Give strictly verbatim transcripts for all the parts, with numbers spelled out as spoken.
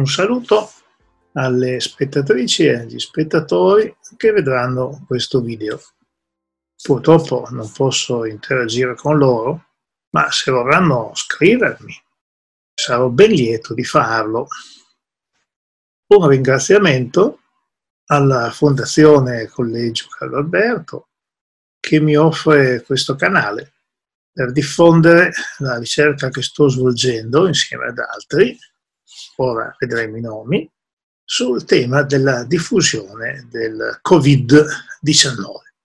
Un saluto alle spettatrici e agli spettatori che vedranno questo video. Purtroppo non posso interagire con loro, ma se vorranno scrivermi sarò ben lieto di farlo. Un ringraziamento alla Fondazione Collegio Carlo Alberto che mi offre questo canale per diffondere la ricerca che sto svolgendo insieme ad altri, ora vedremo i nomi, sul tema della diffusione del Covid diciannove.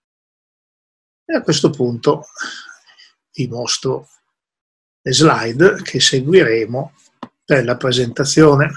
E a questo punto vi mostro le slide che seguiremo per la presentazione.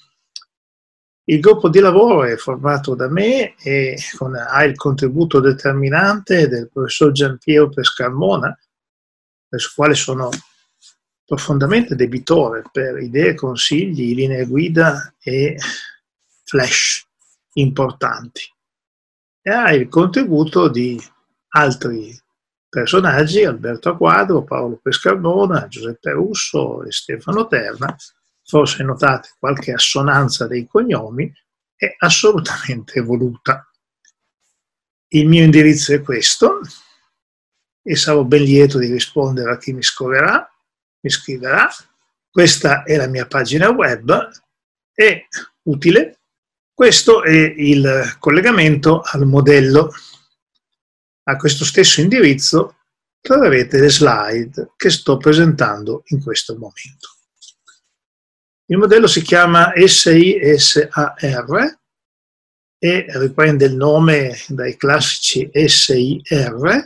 Il gruppo di lavoro è formato da me e con, ha il contributo determinante del professor Giampiero Pescarmona, verso il quale sono profondamente debitore per idee, consigli, linee guida e flash importanti. E ha il contributo di altri personaggi, Alberto Acquadro, Paolo Pescarmona, Giuseppe Russo e Stefano Terna. Forse notate qualche assonanza dei cognomi, è assolutamente voluta. Il mio indirizzo è questo e sarò ben lieto di rispondere a chi mi scriverà. Mi scriverà. Questa è la mia pagina web, è utile. Questo è il collegamento al modello. A questo stesso indirizzo troverete le slide che sto presentando in questo momento. Il modello si chiama S I S A R e riprende il nome dai classici S I R,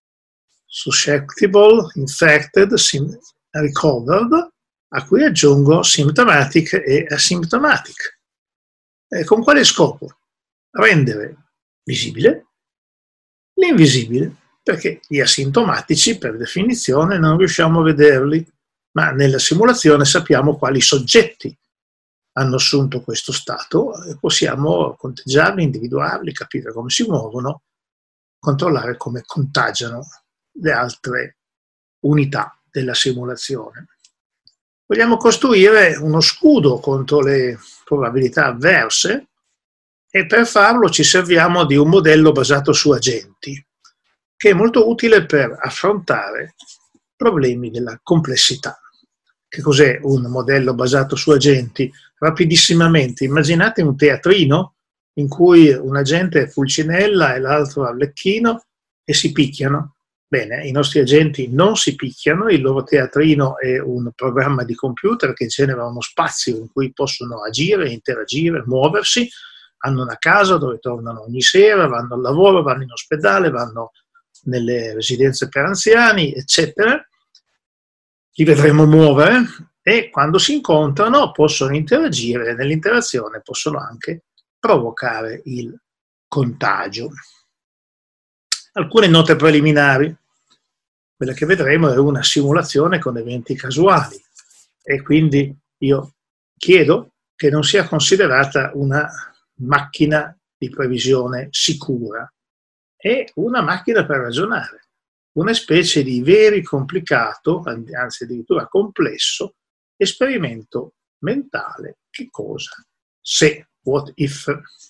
Susceptible, Infected, Recovered, a cui aggiungo Symptomatic e Asymptomatic. E con quale scopo? Rendere visibile l'invisibile, perché gli asintomatici per definizione non riusciamo a vederli, ma nella simulazione sappiamo quali soggetti hanno assunto questo stato e possiamo conteggiarli, individuarli, capire come si muovono, controllare come contagiano le altre unità della simulazione. Vogliamo costruire uno scudo contro le probabilità avverse e per farlo ci serviamo di un modello basato su agenti, che è molto utile per affrontare problemi della complessità. Che cos'è un modello basato su agenti? Rapidissimamente, immaginate un teatrino in cui un agente è Pulcinella e l'altro Arlecchino e si picchiano. Bene, i nostri agenti non si picchiano, il loro teatrino è un programma di computer che genera uno spazio in cui possono agire, interagire, muoversi, hanno una casa dove tornano ogni sera, vanno al lavoro, vanno in ospedale, vanno nelle residenze per anziani, eccetera. Li vedremo muovere e quando si incontrano possono interagire e nell'interazione possono anche provocare il contagio. Alcune note preliminari. Quella che vedremo è una simulazione con eventi casuali e quindi io chiedo che non sia considerata una macchina di previsione sicura, è una macchina per ragionare. Una specie di veri complicato, anzi addirittura complesso, esperimento mentale. Che cosa? Se, what if?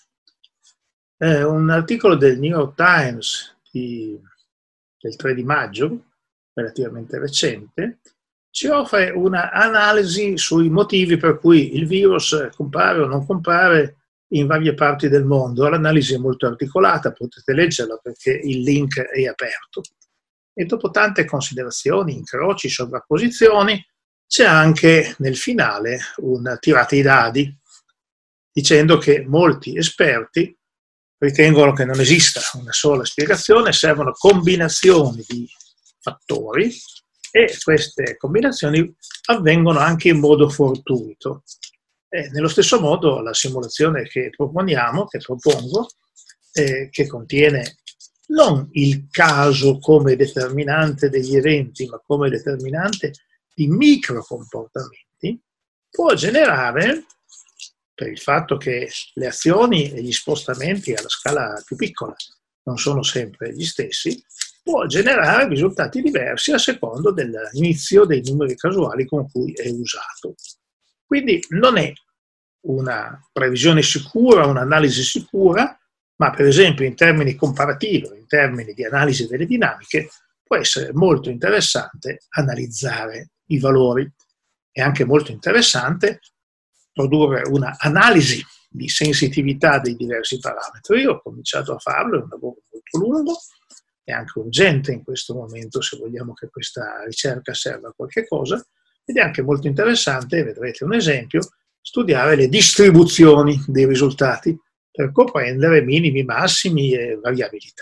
Eh, un articolo del New York Times di, del tre di maggio, relativamente recente, ci offre una analisi sui motivi per cui il virus compare o non compare in varie parti del mondo. L'analisi è molto articolata, potete leggerla perché il link è aperto. E dopo tante considerazioni, incroci, sovrapposizioni, c'è anche nel finale una tirata i dadi, dicendo che molti esperti ritengono che non esista una sola spiegazione, servono combinazioni di fattori e queste combinazioni avvengono anche in modo fortuito. E nello stesso modo la simulazione che proponiamo, che propongo, eh, che contiene non il caso come determinante degli eventi, ma come determinante di microcomportamenti, può generare, per il fatto che le azioni e gli spostamenti alla scala più piccola non sono sempre gli stessi, può generare risultati diversi a secondo dell'inizio dei numeri casuali con cui è usato. Quindi non è una previsione sicura, un'analisi sicura, ma per esempio in termini comparativi, in termini di analisi delle dinamiche, può essere molto interessante analizzare i valori. È anche molto interessante produrre un'analisi di sensitività dei diversi parametri. Io ho cominciato a farlo, è un lavoro molto lungo, è anche urgente in questo momento se vogliamo che questa ricerca serva a qualche cosa, ed è anche molto interessante, vedrete un esempio, studiare le distribuzioni dei risultati per comprendere minimi, massimi e variabilità.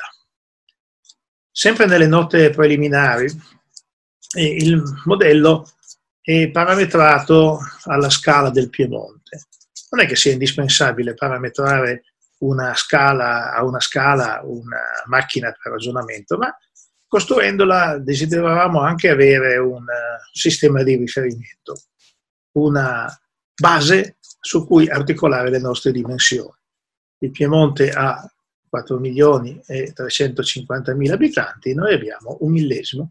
Sempre nelle note preliminari, il modello è parametrato alla scala del Piemonte. Non è che sia indispensabile parametrare una scala, a una scala una macchina per ragionamento, ma costruendola desideravamo anche avere un sistema di riferimento, una base su cui articolare le nostre dimensioni. Il Piemonte ha quattro milioni e trecentocinquantamila abitanti, noi abbiamo un millesimo,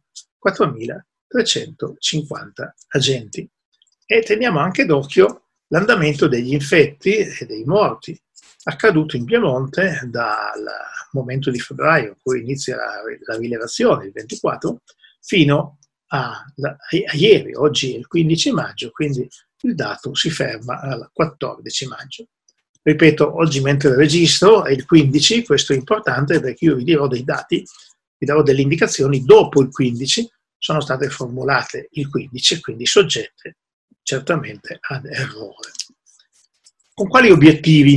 quattromilatrecentocinquanta agenti. E teniamo anche d'occhio l'andamento degli infetti e dei morti accaduto in Piemonte dal momento di febbraio in cui inizia la, la rilevazione, il ventiquattro, fino a, a, a ieri, oggi è il quindici maggio, quindi il dato si ferma al quattordici maggio. Ripeto, oggi mentre registro è il quindici, questo è importante perché io vi dirò dei dati, vi darò delle indicazioni dopo il quindici, sono state formulate il quindici, quindi soggette certamente ad errore. Con quali obiettivi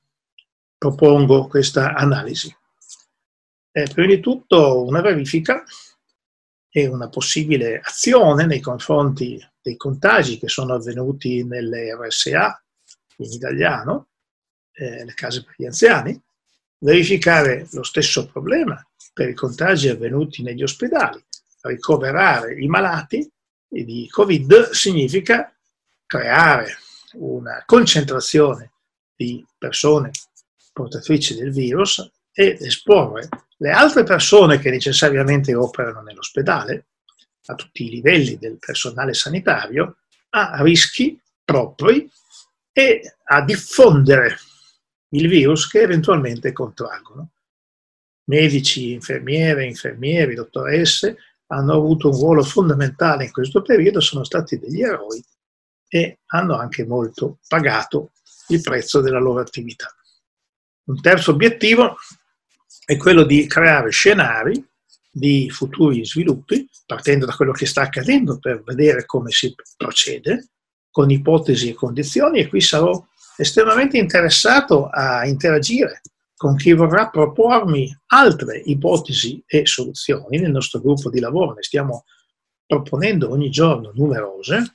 propongo questa analisi? Eh, prima di tutto una verifica e una possibile azione nei confronti dei contagi che sono avvenuti nelle R S A in italiano, eh, le case per gli anziani, verificare lo stesso problema per i contagi avvenuti negli ospedali. Ricoverare i malati di Covid significa creare una concentrazione di persone portatrici del virus ed esporre le altre persone che necessariamente operano nell'ospedale, a tutti i livelli del personale sanitario, a rischi propri e a diffondere il virus che eventualmente contraggono. Medici, infermiere, infermieri, dottoresse hanno avuto un ruolo fondamentale in questo periodo, sono stati degli eroi e hanno anche molto pagato il prezzo della loro attività. Un terzo obiettivo è quello di creare scenari di futuri sviluppi, partendo da quello che sta accadendo per vedere come si procede, con ipotesi e condizioni, e qui sarò estremamente interessato a interagire con chi vorrà propormi altre ipotesi e soluzioni. Nel nostro gruppo di lavoro ne stiamo proponendo ogni giorno numerose,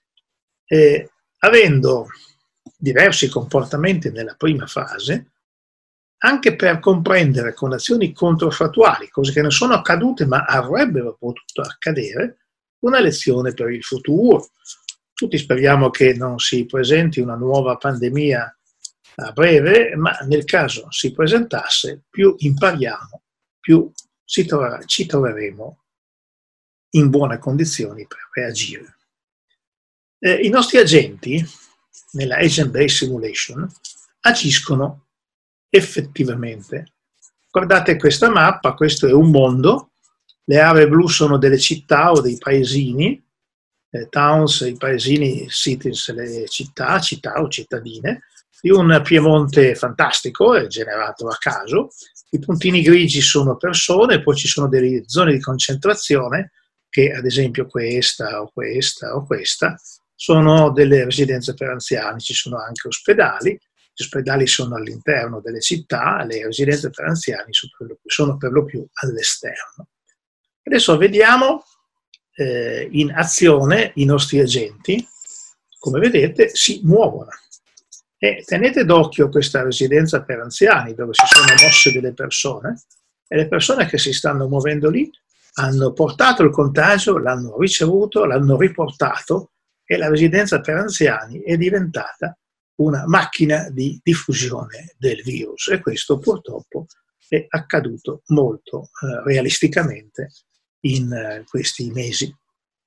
e avendo diversi comportamenti nella prima fase, anche per comprendere con azioni controfattuali, cose che non sono accadute ma avrebbero potuto accadere, una lezione per il futuro. Tutti speriamo che non si presenti una nuova pandemia a breve, ma nel caso si presentasse, più impariamo, più ci, troverà, ci troveremo in buone condizioni per reagire. Eh, I nostri agenti, nella Agent-Based Simulation, agiscono effettivamente. Guardate questa mappa, questo è un mondo, le aree blu sono delle città o dei paesini, eh, towns, i paesini, cities, le città, città o cittadine, di un Piemonte fantastico, è generato a caso. I puntini grigi sono persone, poi ci sono delle zone di concentrazione, che ad esempio questa o questa o questa, sono delle residenze per anziani, ci sono anche ospedali, gli ospedali sono all'interno delle città, le residenze per anziani sono per lo più all'esterno. Adesso vediamo eh, in azione i nostri agenti, come vedete si muovono. E tenete d'occhio questa residenza per anziani dove si sono mosse delle persone, e le persone che si stanno muovendo lì hanno portato il contagio, l'hanno ricevuto, l'hanno riportato, e la residenza per anziani è diventata una macchina di diffusione del virus, e questo purtroppo è accaduto molto eh, realisticamente in eh, questi mesi.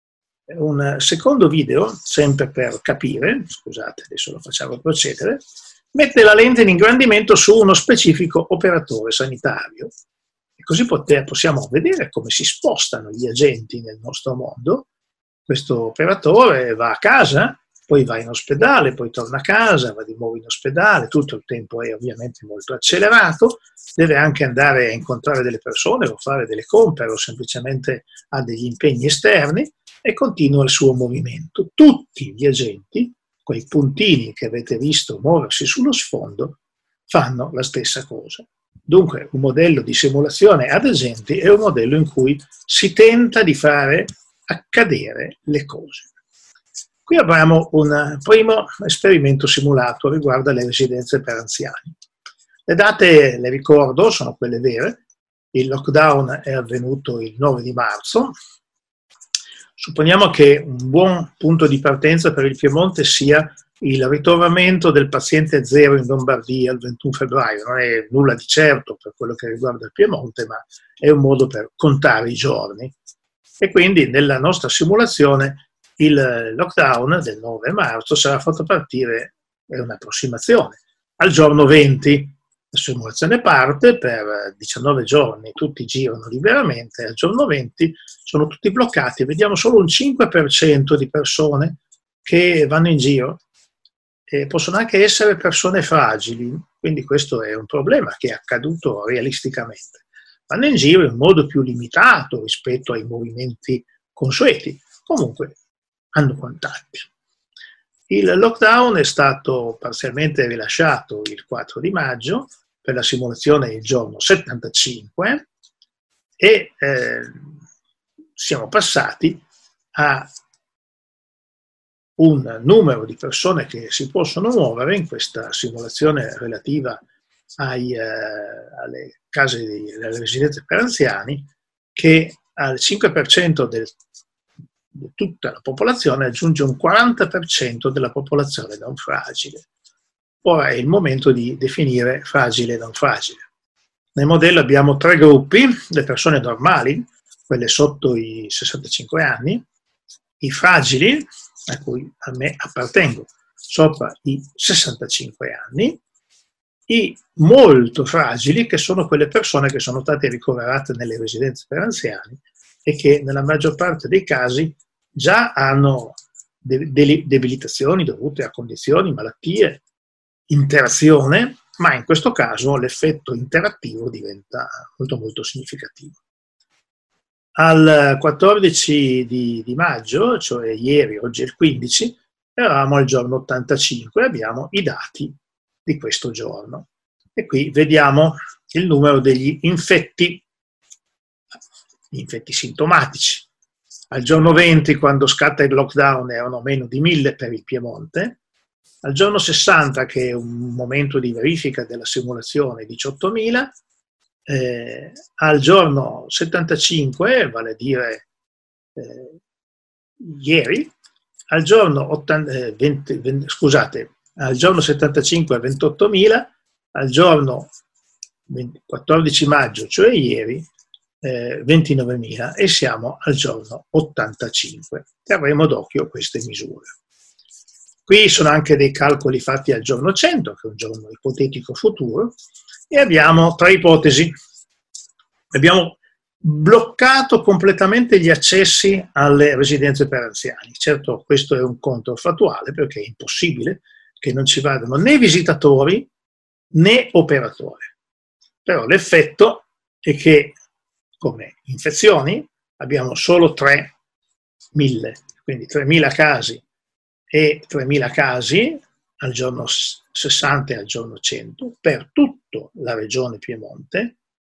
un secondo video, sempre per capire, scusate, adesso lo facciamo procedere, mette la lente in ingrandimento su uno specifico operatore sanitario. E così possiamo vedere come si spostano gli agenti nel nostro mondo. Questo operatore va a casa, poi va in ospedale, poi torna a casa, va di nuovo in ospedale, tutto il tempo è ovviamente molto accelerato, deve anche andare a incontrare delle persone o fare delle compere o semplicemente ha degli impegni esterni e continua il suo movimento. Tutti gli agenti, quei puntini che avete visto muoversi sullo sfondo, fanno la stessa cosa. Dunque un modello di simulazione ad agenti è un modello in cui si tenta di fare accadere le cose. Qui abbiamo un primo esperimento simulato riguardo alle residenze per anziani. Le date, le ricordo, sono quelle vere. Il lockdown è avvenuto il nove di marzo. Supponiamo che un buon punto di partenza per il Piemonte sia il ritrovamento del paziente zero in Lombardia il ventuno febbraio. Non è nulla di certo per quello che riguarda il Piemonte, ma è un modo per contare i giorni. E quindi nella nostra simulazione il lockdown del nove marzo sarà fatto partire, è un'approssimazione, al giorno venti. La simulazione parte per diciannove giorni, tutti girano liberamente, al giorno venti sono tutti bloccati, vediamo solo un cinque per cento di persone che vanno in giro. E possono anche essere persone fragili, quindi questo è un problema che è accaduto realisticamente. Vanno in giro in modo più limitato rispetto ai movimenti consueti, comunque hanno contatti. Il lockdown è stato parzialmente rilasciato il quattro di maggio, per la simulazione il giorno settantacinque, e eh, siamo passati a un numero di persone che si possono muovere in questa simulazione relativa ai, eh, alle case di, alle residenze per anziani, che al cinque per cento del, di tutta la popolazione aggiunge un quaranta per cento della popolazione non fragile. Ora è il momento di definire fragile e non fragile. Nel modello abbiamo tre gruppi: le persone normali, quelle sotto i sessantacinque anni, i fragili, a cui a me appartengo, sopra i sessantacinque anni, i molto fragili, che sono quelle persone che sono state ricoverate nelle residenze per anziani e che nella maggior parte dei casi già hanno delle debilitazioni dovute a condizioni, malattie, interazione, ma in questo caso l'effetto interattivo diventa molto molto significativo. Al quattordici di, di maggio, cioè ieri, oggi è il quindici, eravamo al giorno ottantacinque, abbiamo i dati di questo giorno. E qui vediamo il numero degli infetti, gli infetti sintomatici. Al giorno venti, quando scatta il lockdown, erano meno di mille per il Piemonte. Al giorno sessanta, che è un momento di verifica della simulazione, diciottomila. Eh, al giorno settantacinque, vale a dire eh, ieri, al giorno, ottanta, eh, venti, venti, scusate, al giorno settantacinque ventottomila, al giorno venti, quattordici maggio, cioè ieri, eh, ventinovemila, e siamo al giorno ottantacinque. Terremo d'occhio queste misure. Qui sono anche dei calcoli fatti al giorno cento, che è un giorno ipotetico futuro, e abbiamo tre ipotesi. Abbiamo bloccato completamente gli accessi alle residenze per anziani. Certo, questo è un controfattuale, perché è impossibile che non ci vadano né visitatori né operatori. Però l'effetto è che, come infezioni, abbiamo solo tremila, quindi tremila casi e tremila casi al giorno sessanta e al giorno cento per tutta la regione Piemonte.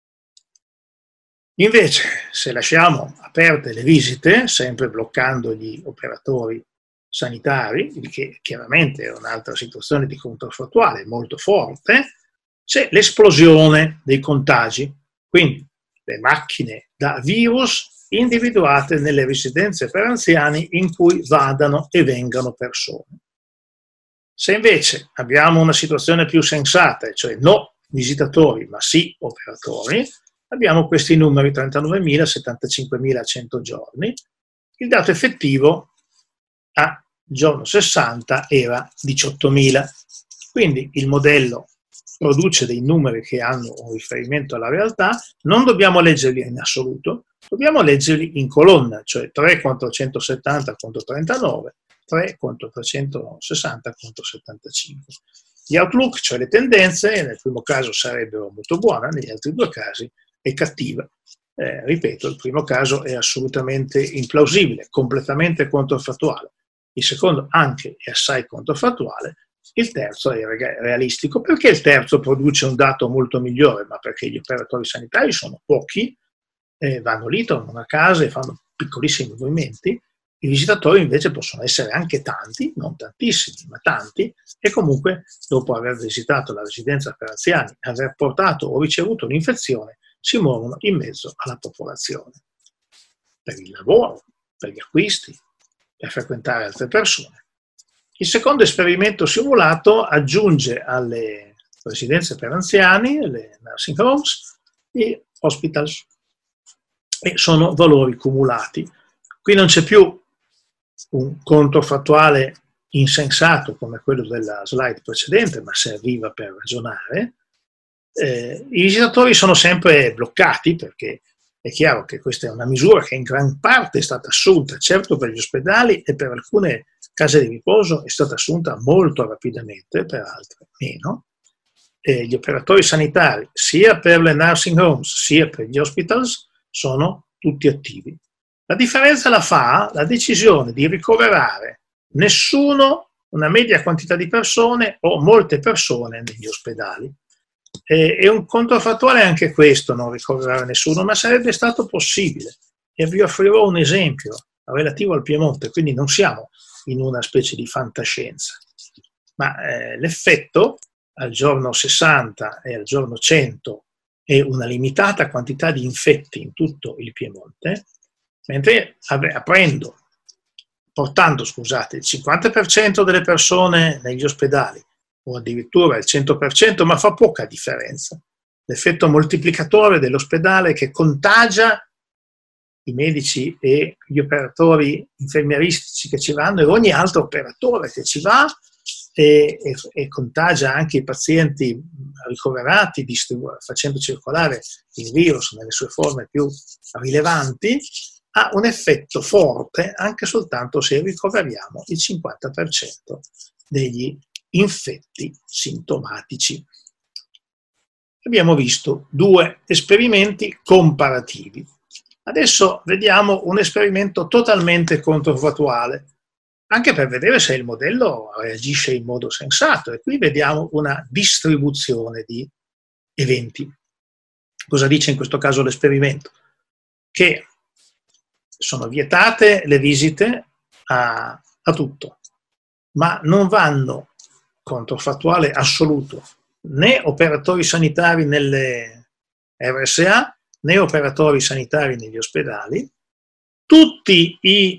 Invece, se lasciamo aperte le visite, sempre bloccando gli operatori sanitari, che chiaramente è un'altra situazione di controfattuale molto forte, c'è l'esplosione dei contagi. Quindi le macchine da virus individuate nelle residenze per anziani in cui vadano e vengano persone. Se invece abbiamo una situazione più sensata, cioè no visitatori ma sì operatori, abbiamo questi numeri: trentanovemila, settantacinquemila a cento giorni, il dato effettivo a giorno sessanta era diciottomila. Quindi il modello produce dei numeri che hanno un riferimento alla realtà, non dobbiamo leggerli in assoluto, dobbiamo leggerli in colonna, cioè tre contro centosettanta contro trentanove, tre contro trecentosessanta contro settantacinque. Gli outlook, cioè le tendenze, nel primo caso sarebbero molto buone, negli altri due casi è cattiva. Eh, ripeto, il primo caso è assolutamente implausibile, completamente controfattuale. Il secondo anche è assai controfattuale. Il terzo è realistico. Perché il terzo produce un dato molto migliore? Ma perché gli operatori sanitari sono pochi, eh, vanno lì, tornano a casa e fanno piccolissimi movimenti. I visitatori invece possono essere anche tanti, non tantissimi, ma tanti, e comunque dopo aver visitato la residenza per anziani, aver portato o ricevuto un'infezione, si muovono in mezzo alla popolazione. Per il lavoro, per gli acquisti, per frequentare altre persone. Il secondo esperimento simulato aggiunge alle residenze per anziani, le nursing homes, gli hospitals, e sono valori cumulati. Qui non c'è più un controfattuale insensato come quello della slide precedente, ma serviva per ragionare. Eh, I visitatori sono sempre bloccati perché è chiaro che questa è una misura che in gran parte è stata assunta, certo per gli ospedali e per alcune case di riposo è stata assunta molto rapidamente, per altre meno. E gli operatori sanitari, sia per le nursing homes sia per gli hospitals, sono tutti attivi. La differenza la fa la decisione di ricoverare nessuno, una media quantità di persone o molte persone negli ospedali. È un controfattuale anche questo, non ricoverare nessuno, ma sarebbe stato possibile. E vi offrirò un esempio relativo al Piemonte, quindi non siamo in una specie di fantascienza. Ma eh, l'effetto al giorno sessanta e al giorno cento è una limitata quantità di infetti in tutto il Piemonte, mentre aprendo, portando scusate, il cinquanta per cento delle persone negli ospedali o addirittura il cento per cento, ma fa poca differenza. L'effetto moltiplicatore dell'ospedale che contagia i medici e gli operatori infermieristici che ci vanno e ogni altro operatore che ci va e, e, e contagia anche i pazienti ricoverati facendo circolare il virus nelle sue forme più rilevanti, ha un effetto forte anche soltanto se ricoveriamo il cinquanta per cento degli infetti sintomatici. Abbiamo visto due esperimenti comparativi. Adesso vediamo un esperimento totalmente controfattuale, anche per vedere se il modello reagisce in modo sensato. E qui vediamo una distribuzione di eventi. Cosa dice in questo caso l'esperimento? Che sono vietate le visite a, a tutto, ma non vanno, controfattuale assoluto, né operatori sanitari nelle R S A, né operatori sanitari negli ospedali. Tutti i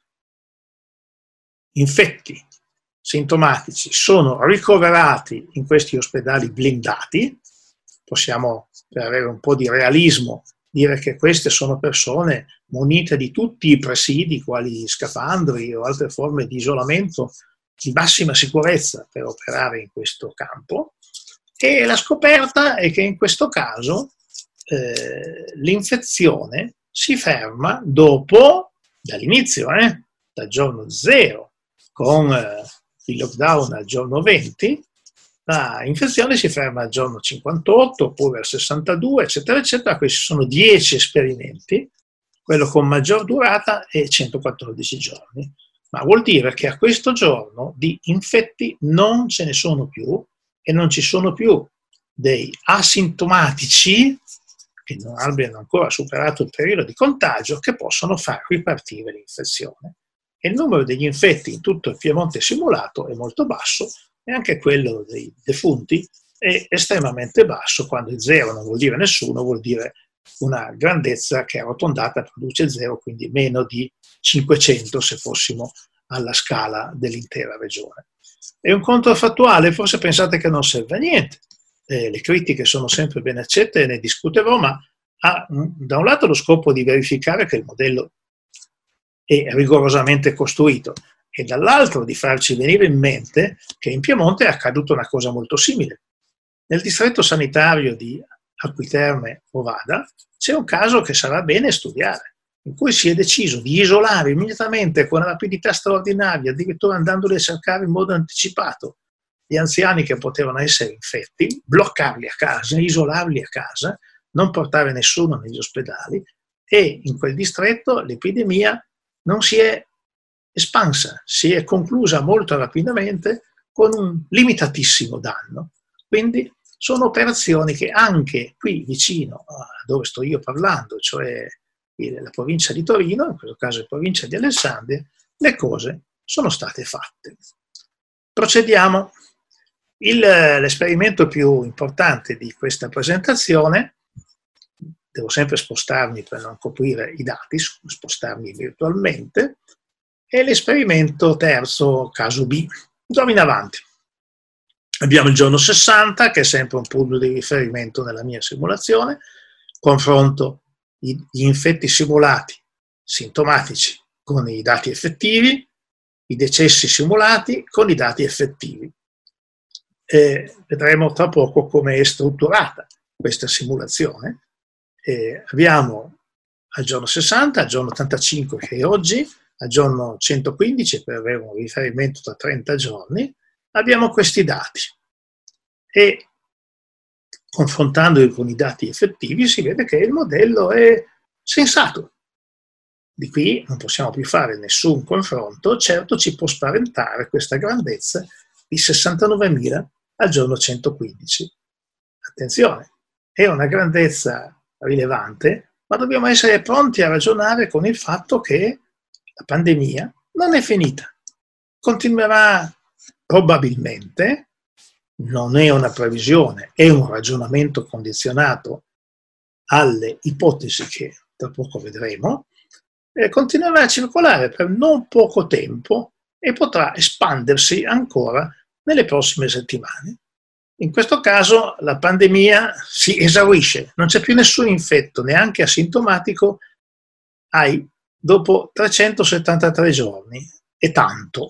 infetti sintomatici sono ricoverati in questi ospedali blindati. Possiamo, per avere un po' di realismo, dire che queste sono persone munite di tutti i presidi, quali scafandri o altre forme di isolamento di massima sicurezza per operare in questo campo. E la scoperta è che in questo caso eh, l'infezione si ferma dopo, dall'inizio, eh, dal giorno zero, con eh, il lockdown al giorno venti, la infezione si ferma al giorno cinquantotto, oppure al sessantadue, eccetera, eccetera. Questi sono dieci esperimenti, quello con maggior durata è centoquattordici giorni. Ma vuol dire che a questo giorno di infetti non ce ne sono più e non ci sono più dei asintomatici che non abbiano ancora superato il periodo di contagio che possono far ripartire l'infezione. E il numero degli infetti in tutto il Piemonte simulato è molto basso e anche quello dei defunti è estremamente basso. Quando il zero non vuol dire nessuno, vuol dire una grandezza che arrotondata produce zero, quindi meno di cinquecento se fossimo alla scala dell'intera regione. È un controfattuale, forse pensate che non serve a niente. Eh, le critiche sono sempre ben accette e ne discuterò, ma ha da un lato lo scopo di verificare che il modello e rigorosamente costruito, e dall'altro di farci venire in mente che in Piemonte è accaduta una cosa molto simile. Nel distretto sanitario di Acquiterme Ovada c'è un caso che sarà bene studiare, in cui si è deciso di isolare immediatamente con una rapidità straordinaria, addirittura andandoli a cercare in modo anticipato, gli anziani che potevano essere infetti, bloccarli a casa, isolarli a casa, non portare nessuno negli ospedali, e in quel distretto l'epidemia non si è espansa, si è conclusa molto rapidamente con un limitatissimo danno. Quindi sono operazioni che anche qui vicino a dove sto io parlando, cioè la provincia di Torino, in questo caso la provincia di Alessandria, le cose sono state fatte. Procediamo. L'esperimento più importante di questa presentazione, devo sempre spostarmi per non coprire i dati, spostarmi virtualmente, è l'esperimento terzo, caso B. Andiamo in avanti. Abbiamo il giorno sessanta, che è sempre un punto di riferimento nella mia simulazione, confronto gli infetti simulati sintomatici con i dati effettivi, i decessi simulati con i dati effettivi. E vedremo tra poco come è strutturata questa simulazione. E abbiamo al giorno sessanta, al giorno ottantacinque che è oggi, al giorno centoquindici, per avere un riferimento tra trenta giorni, abbiamo questi dati e confrontandoli con i dati effettivi si vede che il modello è sensato. Di qui non possiamo più fare nessun confronto, certo ci può spaventare questa grandezza di sessantanovemila al giorno centoquindici. Attenzione, è una grandezza rilevante, ma dobbiamo essere pronti a ragionare con il fatto che la pandemia non è finita. Continuerà probabilmente, non è una previsione, è un ragionamento condizionato alle ipotesi che tra poco vedremo, eh, continuerà a circolare per non poco tempo e potrà espandersi ancora nelle prossime settimane. In questo caso la pandemia si esaurisce, non c'è più nessun infetto, neanche asintomatico, hai dopo trecentosettantatré giorni. È tanto.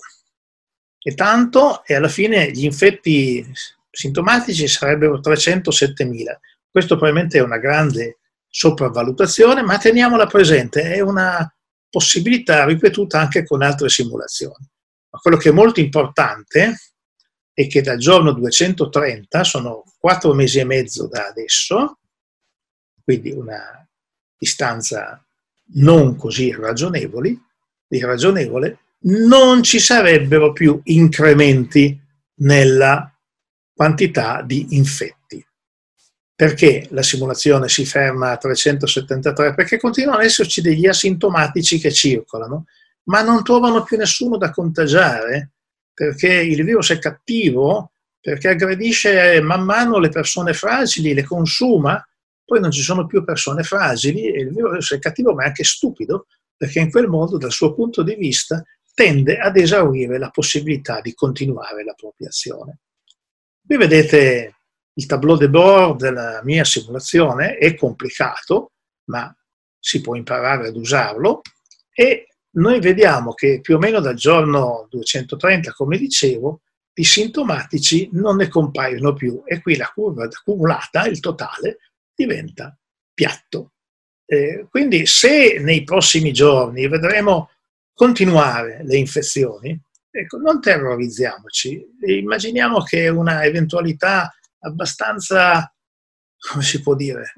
È tanto e alla fine gli infetti sintomatici sarebbero trecentosettemila. Questo probabilmente è una grande sopravvalutazione, ma teniamola presente, è una possibilità ripetuta anche con altre simulazioni. Ma quello che è molto importante è che dal giorno duecentotrenta, sono quattro mesi e mezzo da adesso, quindi una distanza non così ragionevoli, di ragionevole, non ci sarebbero più incrementi nella quantità di infetti. Perché la simulazione si ferma a trecentosettantatré? Perché continuano ad esserci degli asintomatici che circolano, ma non trovano più nessuno da contagiare, perché il virus è cattivo, perché aggredisce man mano le persone fragili, le consuma, poi non ci sono più persone fragili e il virus è cattivo ma è anche stupido, perché in quel modo dal suo punto di vista tende ad esaurire la possibilità di continuare la propria azione. Qui vedete il tableau de bord della mia simulazione, è complicato, ma si può imparare ad usarlo, e noi vediamo che più o meno dal giorno duecentotrenta, come dicevo, i sintomatici non ne compaiono più e qui la curva accumulata, il totale, diventa piatto. Eh, quindi se nei prossimi giorni vedremo continuare le infezioni, ecco, non terrorizziamoci, immaginiamo che una eventualità abbastanza, come si può dire,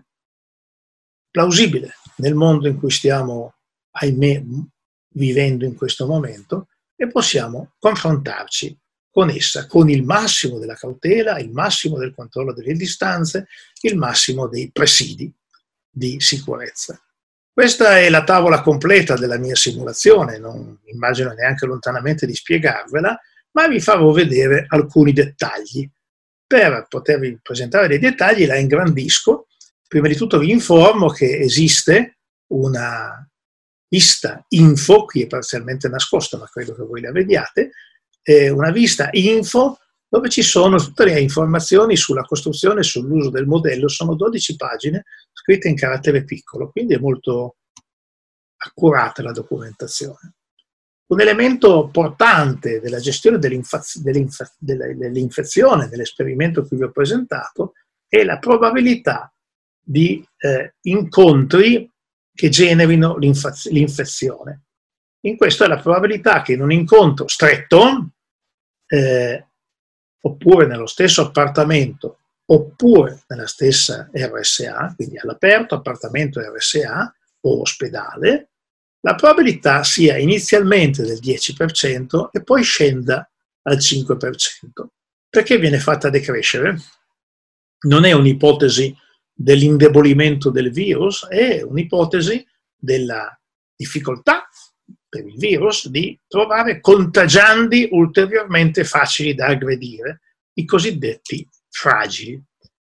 plausibile nel mondo in cui stiamo, ahimè, vivendo in questo momento, e possiamo confrontarci con essa, con il massimo della cautela, il massimo del controllo delle distanze, il massimo dei presidi di sicurezza. Questa è la tavola completa della mia simulazione, non immagino neanche lontanamente di spiegarvela, ma vi farò vedere alcuni dettagli. Per potervi presentare dei dettagli la ingrandisco. Prima di tutto vi informo che esiste una vista info, qui è parzialmente nascosta ma credo che voi la vediate, eh, una vista info dove ci sono tutte le informazioni sulla costruzione e sull'uso del modello. Sono dodici pagine scritte in carattere piccolo, quindi è molto accurata la documentazione. Un elemento portante della gestione dell'infezione, dell'esperimento che vi ho presentato, è la probabilità di eh, incontri che generino l'infezione. In questo è la probabilità che in un incontro stretto, eh, oppure nello stesso appartamento, oppure nella stessa R S A, quindi all'aperto, appartamento R S A o ospedale, la probabilità sia inizialmente del dieci per cento e poi scenda al cinque per cento. Perché viene fatta decrescere? Non è un'ipotesi dell'indebolimento del virus, è un'ipotesi della difficoltà per il virus di trovare contagiandi ulteriormente facili da aggredire, i cosiddetti fragili.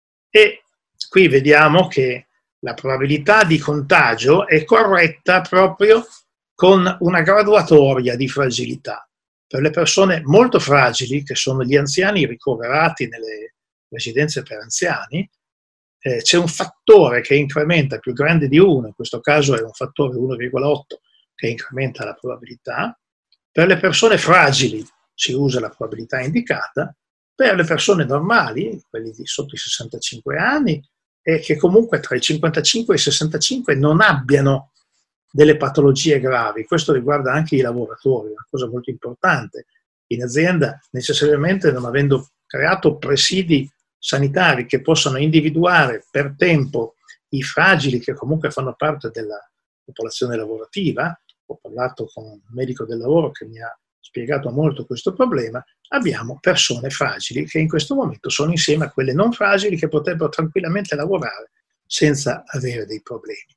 E qui vediamo che la probabilità di contagio è corretta proprio con una graduatoria di fragilità. Per le persone molto fragili, che sono gli anziani ricoverati nelle residenze per anziani, eh, c'è un fattore che incrementa più grande di uno, in questo caso è un fattore uno virgola otto che incrementa la probabilità. Per le persone fragili si usa la probabilità indicata, per le persone normali, quelli di sotto i sessantacinque anni, e che comunque tra i cinquantacinque e i sessantacinque non abbiano delle patologie gravi. Questo riguarda anche i lavoratori, una cosa molto importante. In azienda, necessariamente non avendo creato presidi sanitari che possano individuare per tempo i fragili che comunque fanno parte della popolazione lavorativa, ho parlato con un medico del lavoro che mi ha spiegato molto questo problema, abbiamo persone fragili che in questo momento sono insieme a quelle non fragili che potrebbero tranquillamente lavorare senza avere dei problemi.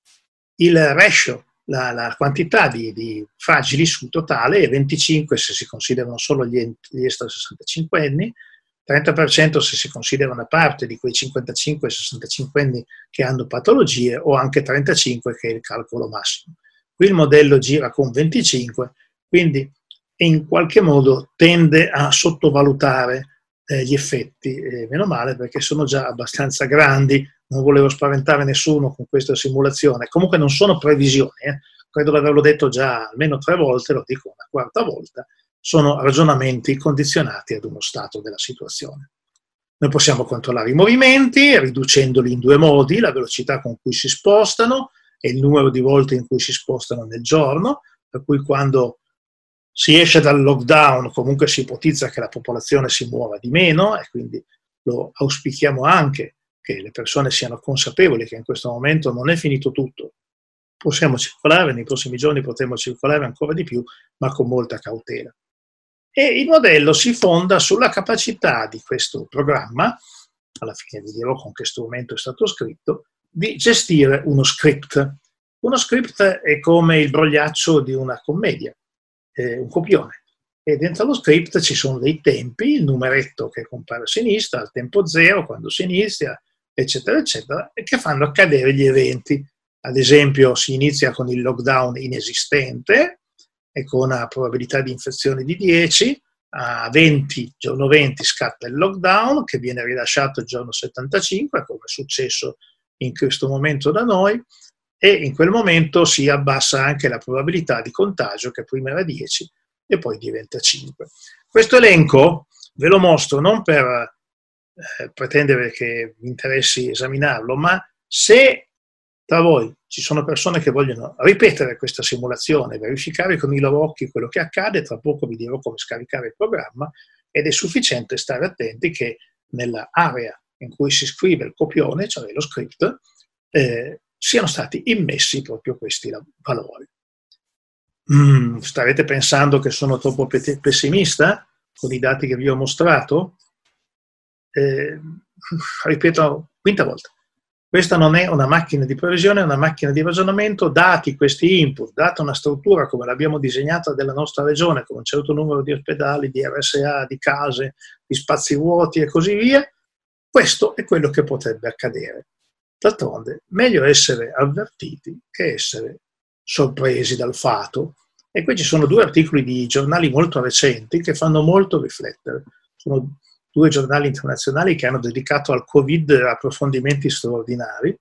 Il ratio, la, la quantità di, di fragili sul totale è venticinque se si considerano solo gli, gli extra sessantacinque anni, trenta per cento se si considera una parte di quei cinquantacinque sessantacinque anni che hanno patologie, o anche trentacinque che è il calcolo massimo. Qui il modello gira con venticinque, quindi in qualche modo tende a sottovalutare eh, gli effetti, eh, meno male perché sono già abbastanza grandi, non volevo spaventare nessuno con questa simulazione, comunque non sono previsioni, eh. Credo di averlo detto già almeno tre volte, lo dico una quarta volta, sono ragionamenti condizionati ad uno stato della situazione. Noi possiamo controllare i movimenti riducendoli in due modi, la velocità con cui si spostano e il numero di volte in cui si spostano nel giorno, per cui quando si esce dal lockdown comunque si ipotizza che la popolazione si muova di meno e quindi lo auspichiamo anche che le persone siano consapevoli che in questo momento non è finito tutto. Possiamo circolare, nei prossimi giorni potremo circolare ancora di più, ma con molta cautela. E il modello si fonda sulla capacità di questo programma, alla fine vi dirò con che strumento è stato scritto, di gestire uno script. Uno script è come il brogliaccio di una commedia, eh, un copione. E dentro lo script ci sono dei tempi, il numeretto che compare a sinistra, al tempo zero, quando si inizia, eccetera, eccetera, e che fanno accadere gli eventi. Ad esempio, si inizia con il lockdown inesistente e con una probabilità di infezione di dieci, a venti, giorno venti scatta il lockdown che viene rilasciato il giorno settantacinque, come è successo in questo momento da noi, e in quel momento si abbassa anche la probabilità di contagio, che prima era dieci e poi diventa cinque. Questo elenco ve lo mostro non per eh, pretendere che vi interessi esaminarlo, ma se tra voi ci sono persone che vogliono ripetere questa simulazione, verificare con i loro occhi quello che accade, tra poco vi dirò come scaricare il programma, ed è sufficiente stare attenti che nella area in cui si scrive il copione, cioè lo script, eh, siano stati immessi proprio questi valori. Mm, starete pensando che sono troppo pessimista con i dati che vi ho mostrato? Eh, ripeto, quinta volta. Questa non è una macchina di previsione, è una macchina di ragionamento. Dati questi input, data una struttura come l'abbiamo disegnata della nostra regione, con un certo numero di ospedali, di R S A, di case, di spazi vuoti e così via, questo è quello che potrebbe accadere. D'altronde, meglio essere avvertiti che essere sorpresi dal fato. E qui ci sono due articoli di giornali molto recenti che fanno molto riflettere. Sono due giornali internazionali che hanno dedicato al Covid approfondimenti straordinari.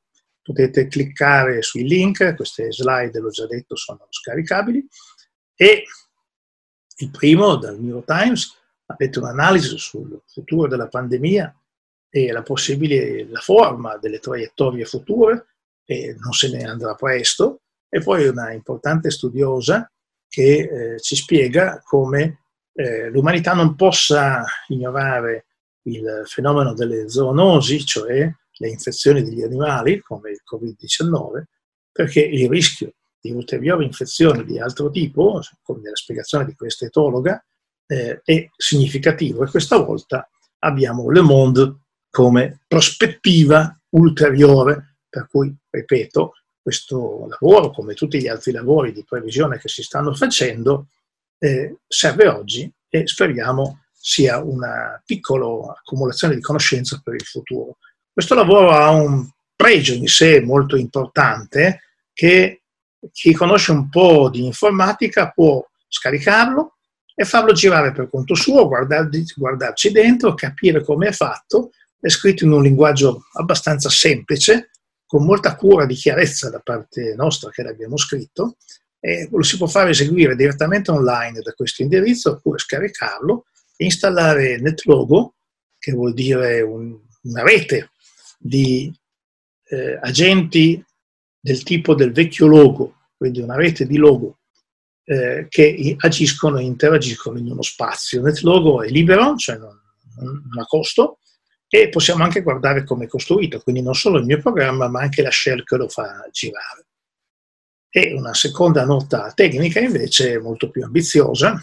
potete cliccare sui link, queste slide, l'ho già detto, sono scaricabili, e il primo, dal New York Times, avete un'analisi sul futuro della pandemia e la possibile, la forma delle traiettorie future, e non se ne andrà presto, e poi una importante studiosa che eh, ci spiega come eh, l'umanità non possa ignorare il fenomeno delle zoonosi, cioè le infezioni degli animali, come il Covid diciannove, perché il rischio di ulteriori infezioni di altro tipo, come nella spiegazione di questa etologa, eh, è significativo, e questa volta abbiamo Le Monde come prospettiva ulteriore, per cui, ripeto, questo lavoro, come tutti gli altri lavori di previsione che si stanno facendo, eh, serve oggi e speriamo sia una piccola accumulazione di conoscenza per il futuro. Questo lavoro ha un pregio in sé molto importante, che chi conosce un po' di informatica può scaricarlo e farlo girare per conto suo, guardarci, guardarci dentro, capire come è fatto. È scritto in un linguaggio abbastanza semplice, con molta cura di chiarezza da parte nostra che l'abbiamo scritto, e lo si può fare eseguire direttamente online da questo indirizzo, oppure scaricarlo e installare NetLogo, che vuol dire un, una rete di eh, agenti del tipo del vecchio logo, quindi una rete di logo eh, che agiscono e interagiscono in uno spazio. NetLogo è libero, cioè non, non ha costo, e possiamo anche guardare come è costruito, quindi non solo il mio programma, ma anche la shell che lo fa girare. E una seconda nota tecnica invece molto più ambiziosa: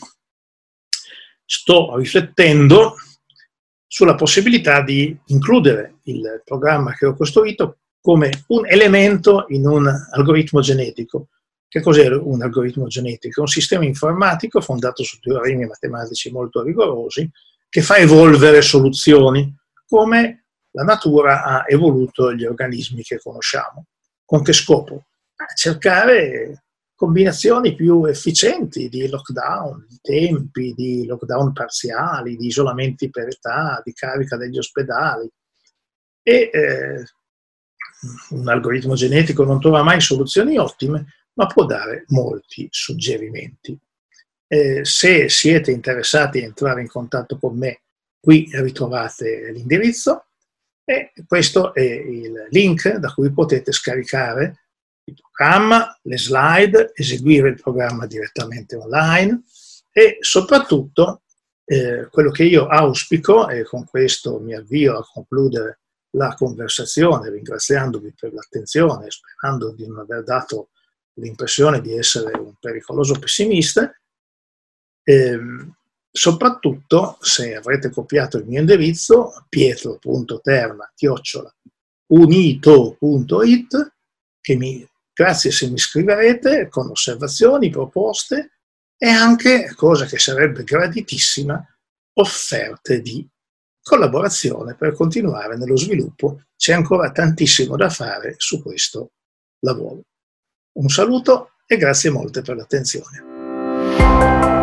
sto riflettendo sulla possibilità di includere il programma che ho costruito come un elemento in un algoritmo genetico. Che cos'è un algoritmo genetico? Un sistema informatico fondato su teoremi matematici molto rigorosi che fa evolvere soluzioni, come la natura ha evoluto gli organismi che conosciamo. Con che scopo? A cercare combinazioni più efficienti di lockdown, di tempi, di lockdown parziali, di isolamenti per età, di carica degli ospedali. E eh, un algoritmo genetico non trova mai soluzioni ottime, ma può dare molti suggerimenti. Eh, se siete interessati a entrare in contatto con me, qui ritrovate l'indirizzo, e questo è il link da cui potete scaricare il programma, le slide, eseguire il programma direttamente online, e soprattutto eh, quello che io auspico, e con questo mi avvio a concludere la conversazione, ringraziandovi per l'attenzione e sperando di non aver dato l'impressione di essere un pericoloso pessimista. ehm, Soprattutto, se avrete copiato il mio indirizzo, pietro punto terna chiocciola unito punto it, che mi, grazie se mi scriverete con osservazioni, proposte e anche, cosa che sarebbe graditissima, offerte di collaborazione per continuare nello sviluppo. C'è ancora tantissimo da fare su questo lavoro. Un saluto e grazie molte per l'attenzione.